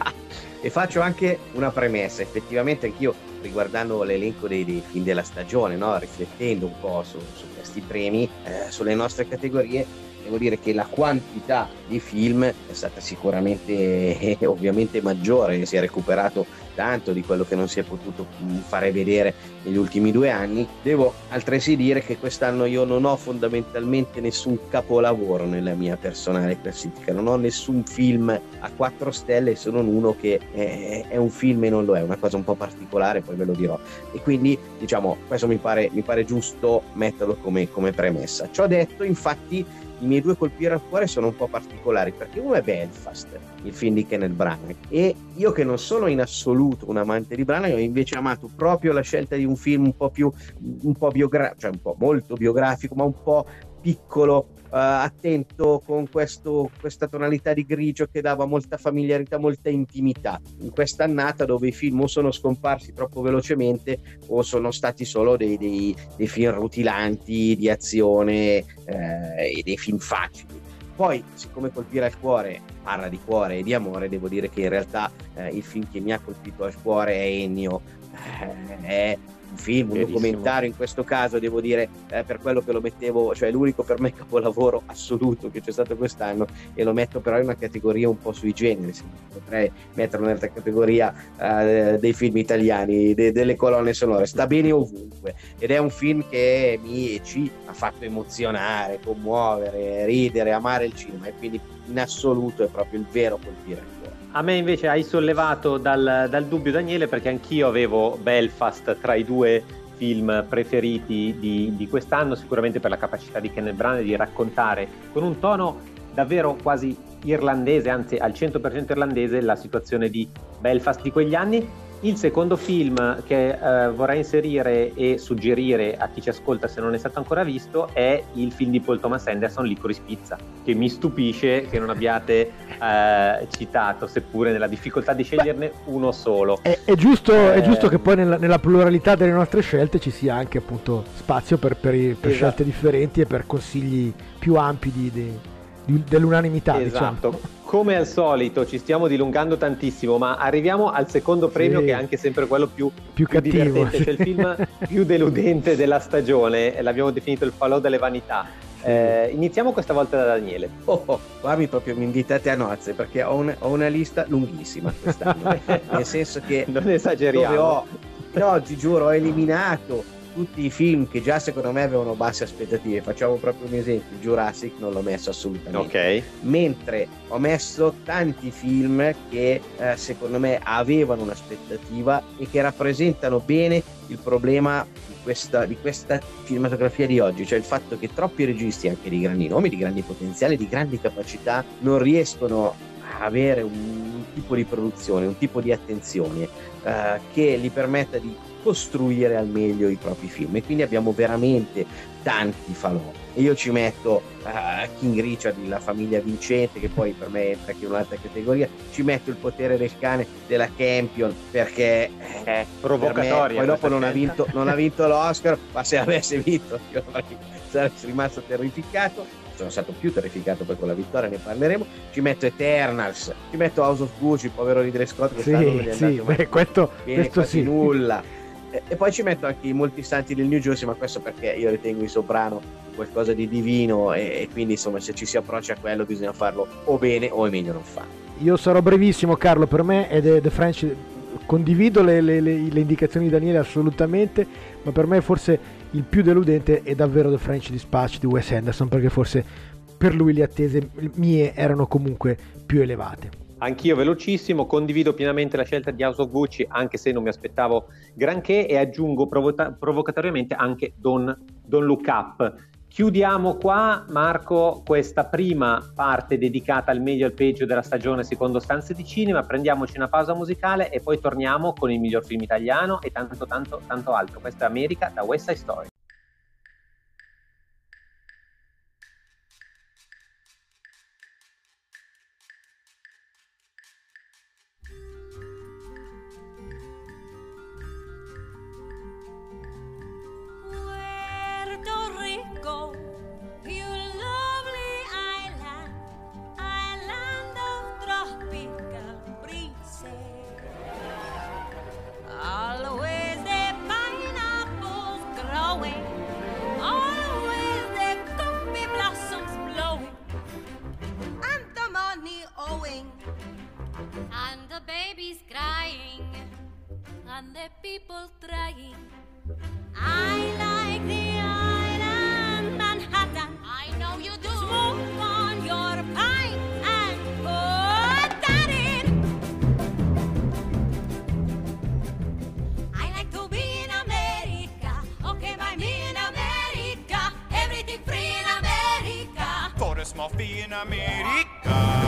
e faccio anche una premessa, effettivamente anch'io riguardando l'elenco dei, dei film della stagione, no? Riflettendo un po' su, su questi premi, eh, sulle nostre categorie, devo dire che la quantità di film è stata sicuramente eh, ovviamente maggiore, si è recuperato tanto di quello che non si è potuto mh, fare vedere negli ultimi due anni. Devo altresì dire che quest'anno io non ho fondamentalmente nessun capolavoro nella mia personale classifica, non ho nessun film a quattro stelle se non uno che è, è un film e non lo è, una cosa un po' particolare, poi ve lo dirò, e quindi diciamo questo mi pare, mi pare giusto metterlo come, come premessa. Ciò detto, infatti i miei due colpire al cuore sono un po' particolari, perché uno è Belfast, il film di Kenneth Branagh, e io che non sono in assoluto un amante di Branagh ho invece amato proprio la scelta di un film un po' più un po' biografico, cioè un po' molto biografico, ma un po' piccolo, Uh, attento, con questo, questa tonalità di grigio che dava molta familiarità, molta intimità in questa annata dove i film o sono scomparsi troppo velocemente o sono stati solo dei, dei, dei film rutilanti di azione eh, e dei film facili. Poi, siccome colpire al cuore parla di cuore e di amore, devo dire che in realtà eh, il film che mi ha colpito al cuore è Ennio, eh, è un film, un Verissimo. documentario in questo caso, devo dire, eh, per quello che lo mettevo, cioè l'unico per me capolavoro assoluto che c'è stato quest'anno, e lo metto però in una categoria un po' sui generis, potrei metterlo nella categoria eh, dei film italiani, de- delle colonne sonore, sta bene ovunque, ed è un film che mi ci ha fatto emozionare, commuovere, ridere, amare il cinema, e quindi in assoluto è proprio il vero colpire il cuore. A me invece hai sollevato dal, dal dubbio, Daniele, perché anch'io avevo Belfast tra i due film preferiti di, di quest'anno, sicuramente per la capacità di Kenneth Branagh di raccontare con un tono davvero quasi irlandese, anzi al cento per cento irlandese, la situazione di Belfast di quegli anni. Il secondo film che eh, vorrei inserire e suggerire a chi ci ascolta, se non è stato ancora visto, è il film di Paul Thomas Anderson, Licorice Pizza, che mi stupisce che non abbiate eh, citato, seppure nella difficoltà di sceglierne uno solo. È, è, giusto, Eh, è giusto che poi nella, nella pluralità delle nostre scelte ci sia anche appunto spazio per, per, i- per Esatto. scelte differenti e per consigli più ampi di, di- di- dell'unanimità, Esatto, diciamo. come al solito ci stiamo dilungando tantissimo, ma arriviamo al secondo premio, Sì. che è anche sempre quello più, Più cattivo, divertente, sì. cioè il film più deludente della stagione, l'abbiamo definito il falò delle vanità. Eh, iniziamo questa volta da Daniele. Oh, oh, qua mi proprio mi invitate a nozze, perché ho, un- ho una lista lunghissima quest'anno, nel senso che Non dove esageriamo. ho, no, ti giuro, ho eliminato tutti i film che già secondo me avevano basse aspettative. Facciamo proprio un esempio: Jurassic non l'ho messo assolutamente, Ok, mentre ho messo tanti film che eh, secondo me avevano un'aspettativa e che rappresentano bene il problema di questa, di questa cinematografia di oggi, cioè il fatto che troppi registi, anche di grandi nomi, di grandi potenziali, di grandi capacità, non riescono a avere un tipo di produzione, un tipo di attenzione eh, che gli permetta di costruire al meglio i propri film, e quindi abbiamo veramente tanti falò, e io ci metto uh, King Richard, La famiglia vincente, che poi per me entra anche in un'altra categoria, ci metto Il potere del cane della Campion, perché eh, provocatoria per me, poi dopo questa non ha, scelta. vinto, non ha vinto l'Oscar, ma se avesse vinto io avrei, sarei rimasto terrificato. Sono stato più terrificato poi con la vittoria, ne parleremo. Ci metto Eternals, ci metto House of Gucci, il povero Ridley Scott, che quest'anno non gli Sì, è sì, andato mai beh, questo, bene, questo quasi sì. nulla. E, e poi ci metto anche I molti istanti del New Jersey, ma questo perché io ritengo Il Soprano qualcosa di divino, e, e quindi insomma se ci si approccia a quello bisogna farlo o bene o è meglio non farlo. Io sarò brevissimo, Carlo, per me è The, The French. Condivido le, le- le- le indicazioni di Daniele assolutamente, ma per me forse il più deludente è davvero The French Dispatch di Wes Anderson, perché forse per lui le attese mie erano comunque più elevate. Anch'io velocissimo, condivido pienamente la scelta di House of Gucci, anche se non mi aspettavo granché, e aggiungo provota- provocatoriamente anche Don't, Don't Look Up. Chiudiamo qua, Marco, questa prima parte dedicata al meglio e al peggio della stagione secondo Stanze di Cinema. Prendiamoci una pausa musicale e poi torniamo con il miglior film italiano e tanto tanto tanto altro. Questa è America da West Side Story. and the people trying. I like the island Manhattan. I know you do. Smoke on your pipe and put that in. I like to be in America. Okay, by me in America. Everything free in America. For a small fee in America.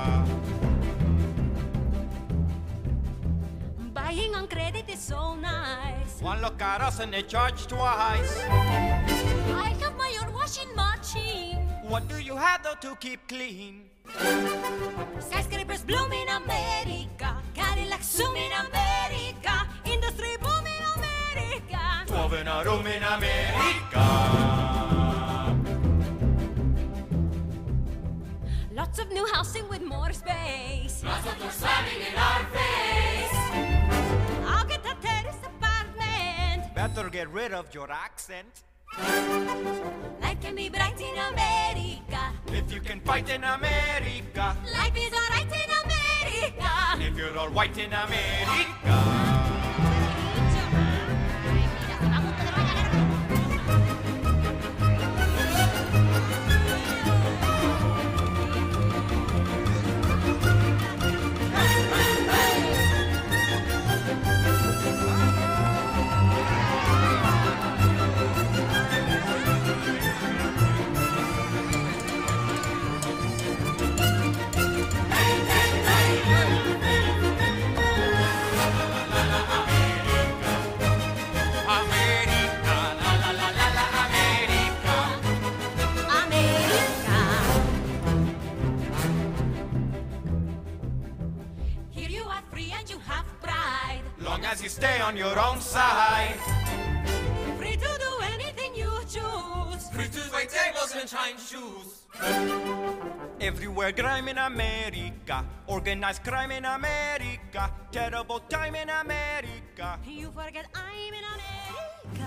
Buying on credit is so nice. One look at us and they charge twice. I have my own washing machine. What do you have though to keep clean? Skyscrapers bloom in America. Cadillac zoom in America. Industry boom in America. Twelve in a room in America. Lots of new housing with more space. Lots of them slamming in our face. I'll get a terrace apartment. Better get rid of your accent. Life can be bright in America. If you can fight in America. Life is alright in America. If you're all white in America. As you stay on your own side. Free to do anything you choose. Free to wait tables and shine shoes. Everywhere crime in America. Organized crime in America. Terrible time in America. You forget I'm in America.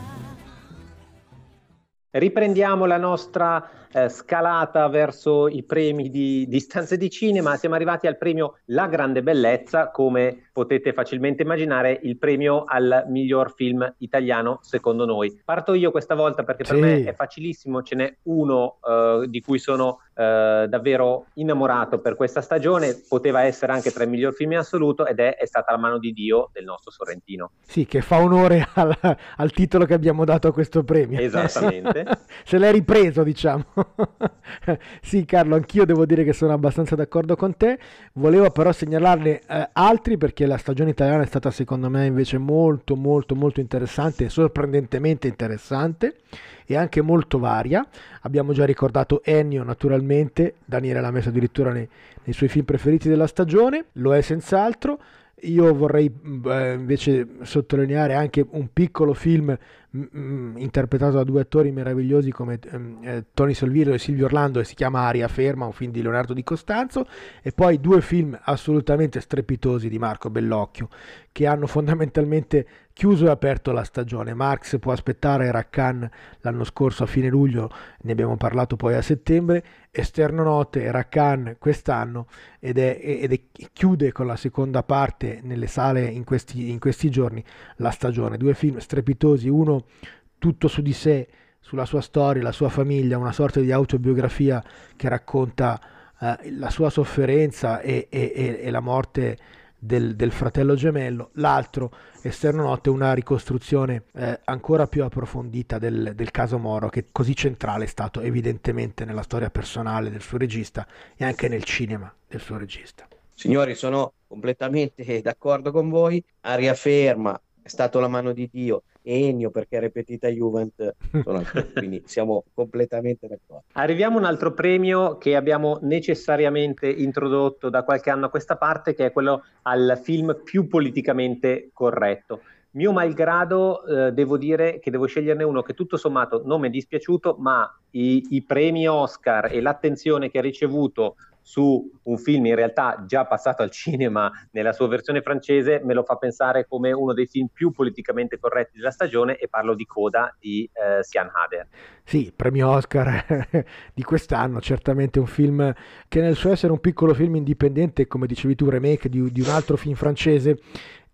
Riprendiamo la nostra eh, scalata verso i premi di, di Stanze di Cinema. Siamo arrivati al premio La Grande Bellezza, come potete facilmente immaginare, il premio al miglior film italiano secondo noi. Parto io questa volta perché per Sì. me è facilissimo, ce n'è uno eh, di cui sono eh, davvero innamorato per questa stagione, poteva essere anche tra i miglior film in assoluto ed è, è stata La mano di Dio del nostro Sorrentino. Sì, che fa onore al, al titolo che abbiamo dato a questo premio. Esattamente. Se l'hai ripreso, diciamo. Sì, Carlo, anch'io devo dire che sono abbastanza d'accordo con te. Volevo però segnalarne eh, altri perché la stagione italiana è stata secondo me invece molto molto molto interessante, sorprendentemente interessante e anche molto varia. Abbiamo già ricordato Ennio, naturalmente, Daniele l'ha messo addirittura nei, nei suoi film preferiti della stagione, lo è senz'altro. Io vorrei eh, invece sottolineare anche un piccolo film mh, interpretato da due attori meravigliosi come eh, Tony Salvillo e Silvio Orlando, e si chiama Aria Ferma, un film di Leonardo Di Costanzo, e poi due film assolutamente strepitosi di Marco Bellocchio che hanno fondamentalmente chiuso e aperto la stagione. Marx può aspettare, era a Cannes l'anno scorso a fine luglio, ne abbiamo parlato poi a settembre. Esterno Notte era a Cannes quest'anno ed, è, ed è, chiude con la seconda parte nelle sale in questi, in questi giorni la stagione. Due film strepitosi, uno tutto su di sé, sulla sua storia, la sua famiglia, una sorta di autobiografia che racconta eh, la sua sofferenza e, e, e la morte Del, del fratello gemello. L'altro, Esterno Notte, una ricostruzione eh, ancora più approfondita del, del caso Moro, che così centrale è stato evidentemente nella storia personale del suo regista e anche nel cinema del suo regista. Signori, sono completamente d'accordo con voi. Aria Ferma è stato La mano di Dio, Ennio perché ripetita Juvent, sono quindi siamo completamente d'accordo. Arriviamo a un altro premio che abbiamo necessariamente introdotto da qualche anno a questa parte, che è quello al film più politicamente corretto. Mio malgrado, eh, devo dire che devo sceglierne uno che tutto sommato non mi è dispiaciuto, ma i, i premi Oscar e l'attenzione che ha ricevuto su un film in realtà già passato al cinema nella sua versione francese me lo fa pensare come uno dei film più politicamente corretti della stagione, e parlo di Coda di eh, Sian Hader. Sì, premio Oscar di quest'anno, certamente un film che nel suo essere un piccolo film indipendente, come dicevi tu, remake di, di un altro film francese,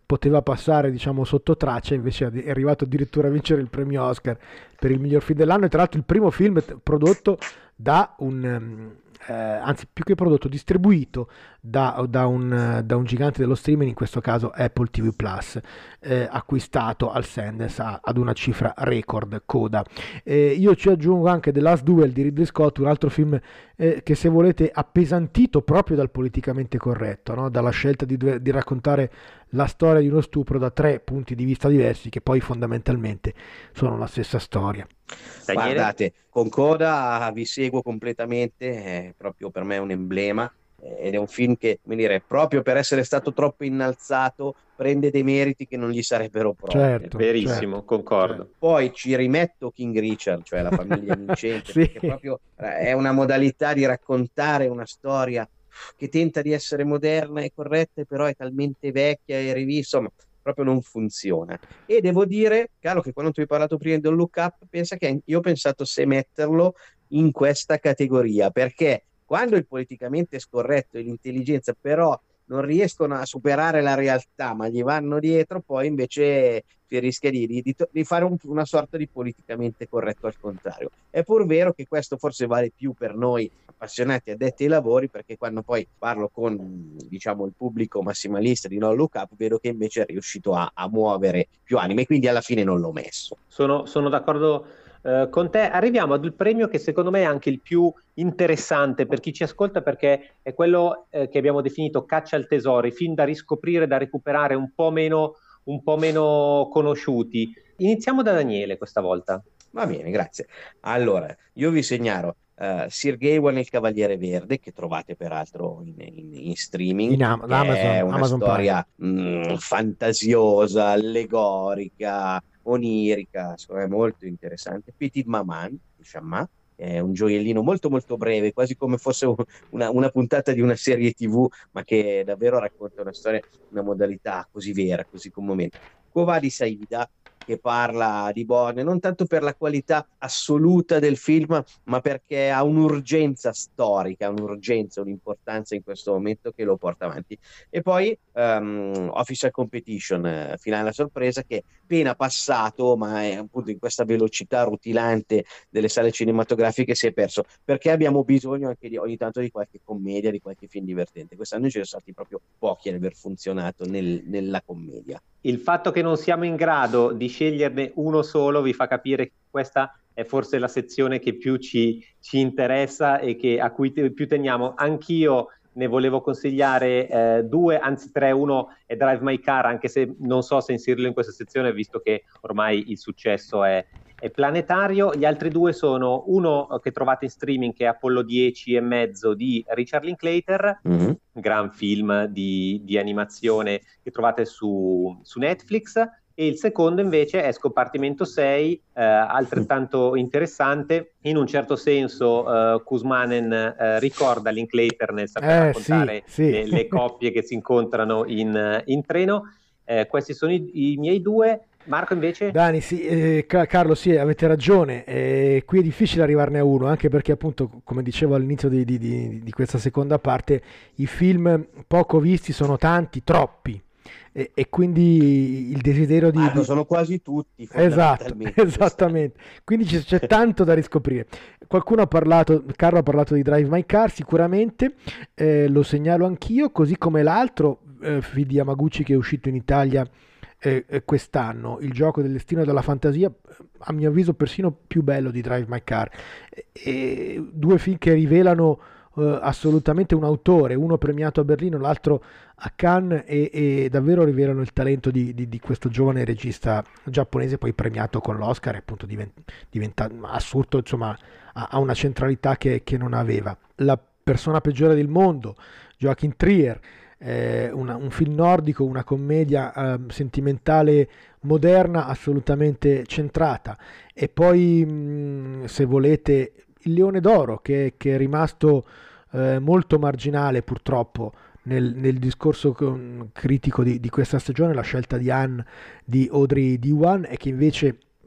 poteva passare, diciamo, sotto traccia, invece è arrivato addirittura a vincere il premio Oscar per il miglior film dell'anno, e tra l'altro il primo film t- prodotto da un um, eh, anzi più che prodotto, distribuito da, da, un, da un gigante dello streaming, in questo caso Apple ti vu Plus, eh, acquistato al Sundance a, ad una cifra record, coda. Eh, io ci aggiungo anche The Last Duel di Ridley Scott, un altro film eh, che, se volete, appesantito proprio dal politicamente corretto, no? Dalla scelta di, di raccontare la storia di uno stupro da tre punti di vista diversi, che poi fondamentalmente sono la stessa storia. Daniele? Guardate, con Coda vi seguo completamente, è proprio per me un emblema, ed è un film che, come dire, proprio per essere stato troppo innalzato prende dei meriti che non gli sarebbero propri. Certo, Verissimo, certo, concordo. certo. Poi ci rimetto King Richard, cioè la famiglia vincente, Sì. perché proprio è una modalità di raccontare una storia che tenta di essere moderna e corretta, però è talmente vecchia e rivista, insomma, proprio non funziona. E devo dire, Carlo, che quando tu hai parlato prima di Don't Look Up, pensa che io ho pensato se metterlo in questa categoria, perché quando il politicamente scorretto e l'intelligenza però non riescono a superare la realtà, ma gli vanno dietro, poi invece si rischia di, di, di fare un, una sorta di politicamente corretto al contrario. È pur vero che questo forse vale più per noi appassionati addetti ai lavori, perché quando poi parlo con, diciamo, il pubblico massimalista di No Look Up, vedo che invece è riuscito a, a muovere più anime, quindi alla fine non l'ho messo. Sono, sono d'accordo eh, con te. Arriviamo ad un premio che secondo me è anche il più interessante per chi ci ascolta, perché è quello eh, che abbiamo definito caccia al tesoro, i film da riscoprire, da recuperare, un po' meno, un po' meno conosciuti. Iniziamo da Daniele questa volta. Va bene, grazie. Allora, io vi segnalo uh, Sir Gawain e il Cavaliere Verde, che trovate peraltro in, in, in streaming, In Am- che Amazon, è una Amazon storia mh, fantasiosa, allegorica, onirica, secondo me molto interessante. Petit Maman di Chamat, è un gioiellino molto molto breve, quasi come fosse una, una puntata di una serie tivù, ma che davvero racconta una storia, una modalità così vera, così commovente. Quo Vadis Aida, che parla di Borne, non tanto per la qualità assoluta del film, ma perché ha un'urgenza storica, un'urgenza, un'importanza in questo momento che lo porta avanti. E poi um, Official Competition, eh, finale a sorpresa, che appena passato, ma è appunto in questa velocità rutilante delle sale cinematografiche si è perso, perché abbiamo bisogno anche di, ogni tanto, di qualche commedia, di qualche film divertente. Quest'anno ci sono stati proprio pochi ad aver funzionato nel, nella commedia. Il fatto che non siamo in grado di sceglierne uno solo vi fa capire che questa è forse la sezione che più ci, ci interessa e che, a cui te, più teniamo. Anch'io ne volevo consigliare eh, due, anzi tre. Uno è Drive My Car, anche se non so se inserirlo in questa sezione, visto che ormai il successo è, è planetario. Gli altri due sono uno che trovate in streaming, che è Apollo dieci e mezzo di Richard Linklater, Mm-hmm. gran film di, di animazione che trovate su, su Netflix, e il secondo invece è Scompartimento sei, eh, altrettanto interessante. In un certo senso eh, Kuzmanen eh, ricorda Linklater nel saper Eh, raccontare sì, sì. Le, le coppie che si incontrano in, in treno. Eh, questi sono i, i miei due. Marco invece? Dani, sì, eh, Ca- Carlo, sì, avete ragione, eh, qui è difficile arrivarne a uno, anche perché, appunto, come dicevo all'inizio di, di- di- di questa seconda parte, i film poco visti sono tanti, troppi, e, e quindi il desiderio di... Marco, di- sono quasi tutti, Esatto, fondamentalmente. esattamente, quindi c'è, c'è tanto da riscoprire. Qualcuno ha parlato, Carlo ha parlato di Drive My Car, sicuramente, eh, lo segnalo anch'io, così come l'altro eh, film di Yamaguchi che è uscito in Italia eh, eh, quest'anno, Il gioco del destino e della fantasia, a mio avviso persino più bello di Drive My Car. E, e due film che rivelano eh, assolutamente un autore, uno premiato a Berlino, l'altro a Cannes, e, e davvero rivelano il talento di, di- di questo giovane regista giapponese, poi premiato con l'Oscar, e appunto diventa, diventa assurdo, insomma, ha, ha una centralità che, che non aveva. La persona peggiore del mondo, Joachim Trier, eh, una- un film nordico, una commedia eh, sentimentale moderna, assolutamente centrata. E poi, mh, se volete, Il Leone d'Oro, che, che è rimasto eh, molto marginale purtroppo nel, nel discorso con- critico di, di questa stagione, la scelta di Anne di Audrey Diwan, e che invece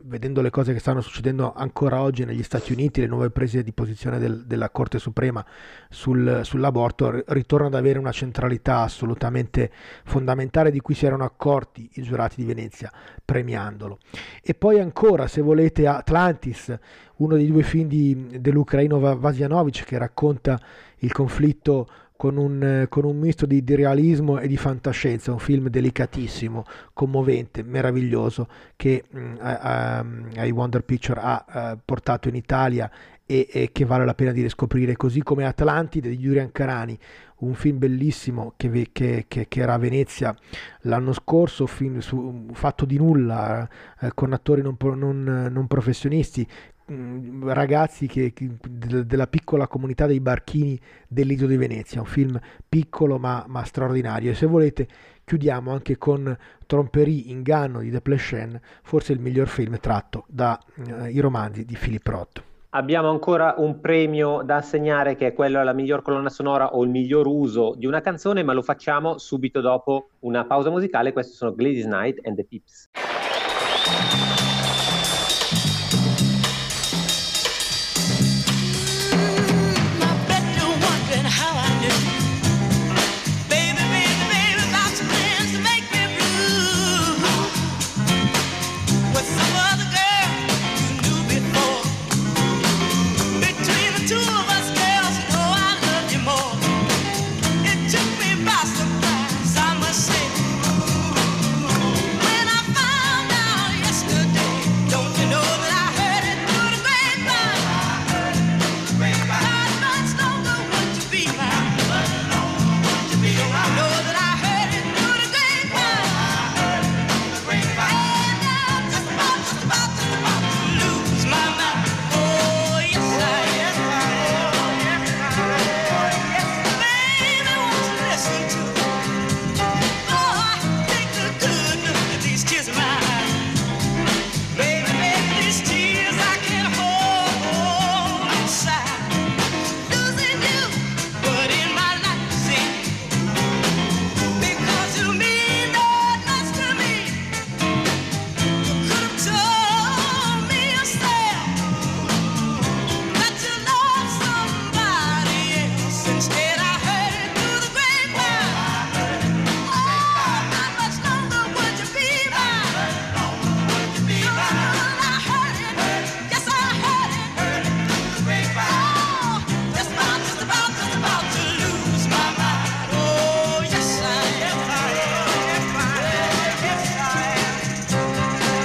vedendo le cose che stanno succedendo ancora oggi negli Stati Uniti, le nuove prese di posizione del- della Corte Suprema sul- sull'aborto, ri- ritorna ad avere una centralità assolutamente fondamentale di cui si erano accorti i giurati di Venezia premiandolo. E poi ancora, se volete, Atlantis, uno dei due film di, dell'ucraino Va- Vasyanovich, che racconta il conflitto con un, eh, con un misto di, di realismo e di fantascienza, un film delicatissimo, commovente, meraviglioso, che mh, a- a- ai Wonder Picture ha eh, portato in Italia e, e che vale la pena di riscoprire, così come Atlantide di Yurian Karani, un film bellissimo che, ve- che- che- che era a Venezia l'anno scorso, film su- fatto di nulla, eh, con attori non, pro- non- non professionisti, mh, ragazzi che, che- de- della piccola comunità dei barchini dell'Isola di Venezia, un film piccolo ma, ma straordinario. E se volete chiudiamo anche con Tromperie, Inganno di Desplechin, forse il miglior film tratto dai romanzi di Philip Roth. Abbiamo ancora un premio da assegnare, che è quello alla miglior colonna sonora o il miglior uso di una canzone, ma lo facciamo subito dopo una pausa musicale. Questi sono Gladys Knight and the Pips. I bet you're wondering how I knew. Baby, baby, baby, got some plans to make me blue. With some other girl you knew before. Between the two of us, girls, you know I love you more. It took me by surprise, I must say. When I found out yesterday, don't you know that I heard it through the grapevine? Not much longer would you be mine. Don't you know that I heard it through the grapevine? And I'm just about, just about, just about to lose my mind. Oh, yes I am. Baby, won't you listen to me? Oh, take a good look at these tears of mine. Baby, baby, these tears I can't hold inside. Losing you, but in my life, see, because you mean that much to me. You could have told me yourself that you love somebody else. Instead, I heard it through the grapevine. Oh, not much longer would you be mine. Don't you know that I heard it? Yes, I heard it. Oh, just about, just about, just about to lose my mind. Oh, yes, I am. Yes, I am. Yes, I am.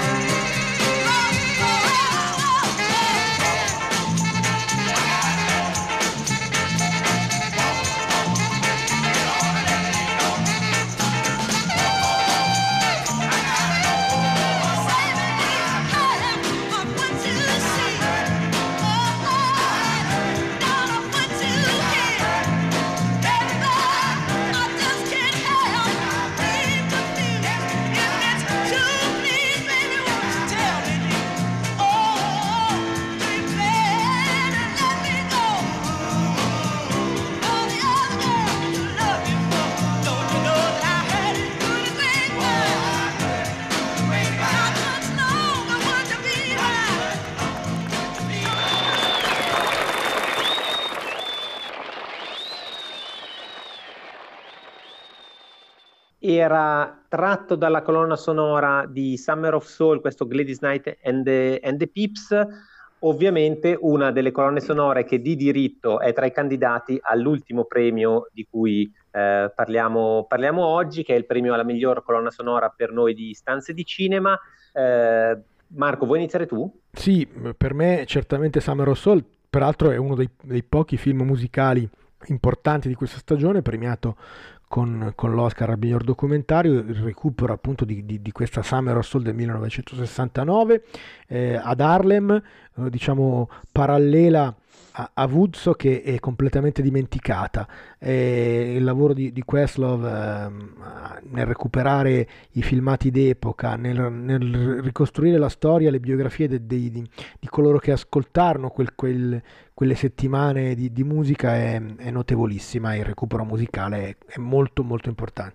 Era tratto dalla colonna sonora di Summer of Soul, questo Gladys Knight and the, and the Pips, ovviamente una delle colonne sonore che di diritto è tra i candidati all'ultimo premio di cui eh, parliamo, parliamo oggi, che è il premio alla miglior colonna sonora per noi di Stanze di Cinema. Eh, Marco, vuoi iniziare tu? Sì, per me certamente Summer of Soul, peraltro è uno dei, dei pochi film musicali importanti di questa stagione, premiato con, con l'Oscar al miglior documentario, il recupero appunto di, di, di questa Summer of Soul del millenovecentosessantanove, eh, ad Harlem, eh, diciamo parallela a, a Woodstock, che è completamente dimenticata. Eh, il lavoro di, di Questlove eh, nel recuperare i filmati d'epoca, nel, nel ricostruire la storia, le biografie de, de, di, di coloro che ascoltarono quel, quel, quelle settimane di, di musica è, è notevolissima. Il recupero musicale è, è molto molto importante.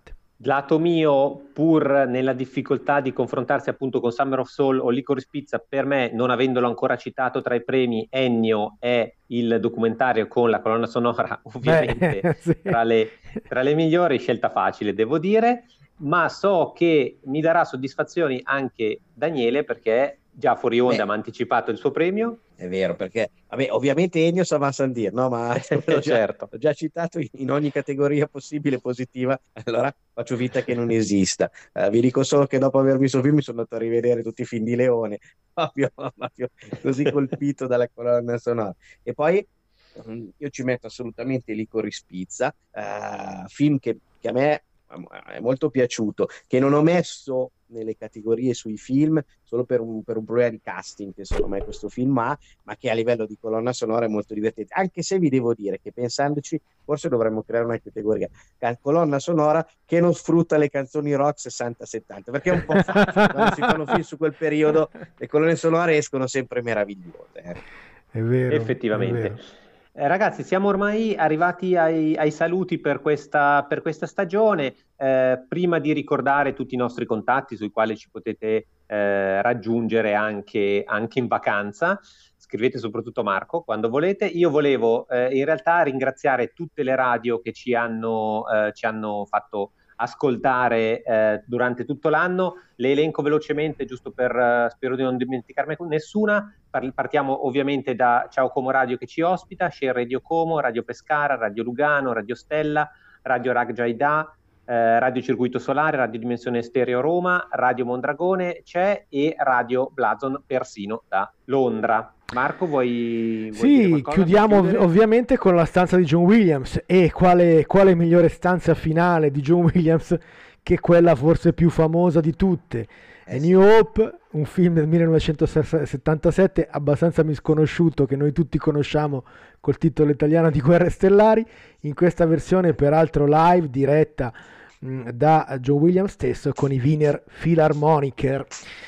Lato mio, pur nella difficoltà di confrontarsi appunto con Summer of Soul o Licorice Pizza, per me, non avendolo ancora citato tra i premi, Ennio è il documentario con la colonna sonora, ovviamente, Beh, sì. tra le, tra le migliori, scelta facile, devo dire, ma so che mi darà soddisfazioni anche Daniele, perché già fuori onda Beh. mi ha anticipato il suo premio. È vero, perché vabbè, ovviamente Ennio sa Sandir, no? Ma Quello l'ho già, certo. l'ho già citato in, in ogni categoria possibile positiva, allora faccio finta che non esista. Eh, vi dico solo che dopo aver visto il film mi sono andato a rivedere tutti i film di Leone, proprio, proprio così colpito dalla colonna sonora. E poi mm, io ci metto assolutamente Licorice Pizza, eh, film che, che a me è molto piaciuto, che non ho messo nelle categorie sui film solo per un, per un problema di casting che secondo me questo film ha, ma che a livello di colonna sonora è molto divertente, anche se vi devo dire che pensandoci forse dovremmo creare una categoria ca- colonna sonora che non sfrutta le canzoni rock sessanta settanta, perché è un po' facile quando si fanno film su quel periodo, le colonne sonore escono sempre meravigliose, eh. È vero, Effettivamente. è vero. Eh, ragazzi, siamo ormai arrivati ai, ai saluti per questa, per questa stagione. Eh, prima di ricordare tutti i nostri contatti sui quali ci potete eh, raggiungere anche, anche in vacanza, scrivete soprattutto Marco quando volete. Io volevo eh, in realtà ringraziare tutte le radio che ci hanno, eh, ci hanno fatto ascoltare eh, durante tutto l'anno. Le elenco velocemente giusto per, uh, spero di non dimenticarmi nessuna. Par- partiamo ovviamente da Ciao Como Radio che ci ospita, Share Radio Como, Radio Pescara, Radio Lugano, Radio Stella, Radio Raggiaida, eh, Radio Circuito Solare, Radio Dimensione Stereo Roma, Radio Mondragone c'è e Radio Blazon persino da Londra. Marco, vuoi, vuoi dire Sì, qualcosa per chiudiamo ov- chiudere? ovviamente con la stanza di John Williams, e quale, quale migliore stanza finale di John Williams che quella forse più famosa di tutte, Eh A sì. New Hope, un film del millenovecentosettantasette abbastanza misconosciuto che noi tutti conosciamo col titolo italiano di Guerre Stellari, in questa versione peraltro live diretta mh, da John Williams stesso con i Wiener Philharmoniker.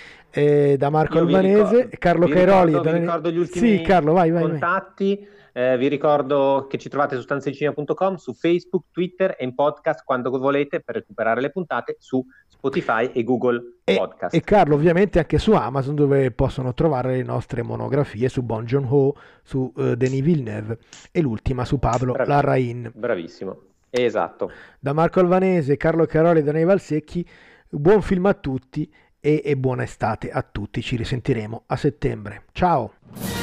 Eh, da Marco Io vi Albanese, ricordo- Carlo vi Cairoli ricordo- e vi Dani- ricordo gli ultimi Sì, Carlo, vai, vai, vai. contatti. Eh, vi ricordo che ci trovate su stanzedicina punto com, su Facebook, Twitter e in podcast quando volete per recuperare le puntate su Spotify e Google E, Podcast. e Carlo ovviamente anche su Amazon, dove possono trovare le nostre monografie su Bong Joon-ho, su eh, Denis Villeneuve e l'ultima su Pablo Bravi- Larrain. Bravissimo, esatto. Da Marco Albanese, Carlo Cairoli e Daniele Valsecchi, buon film a tutti e, e buona estate a tutti. Ci risentiremo a settembre. Ciao!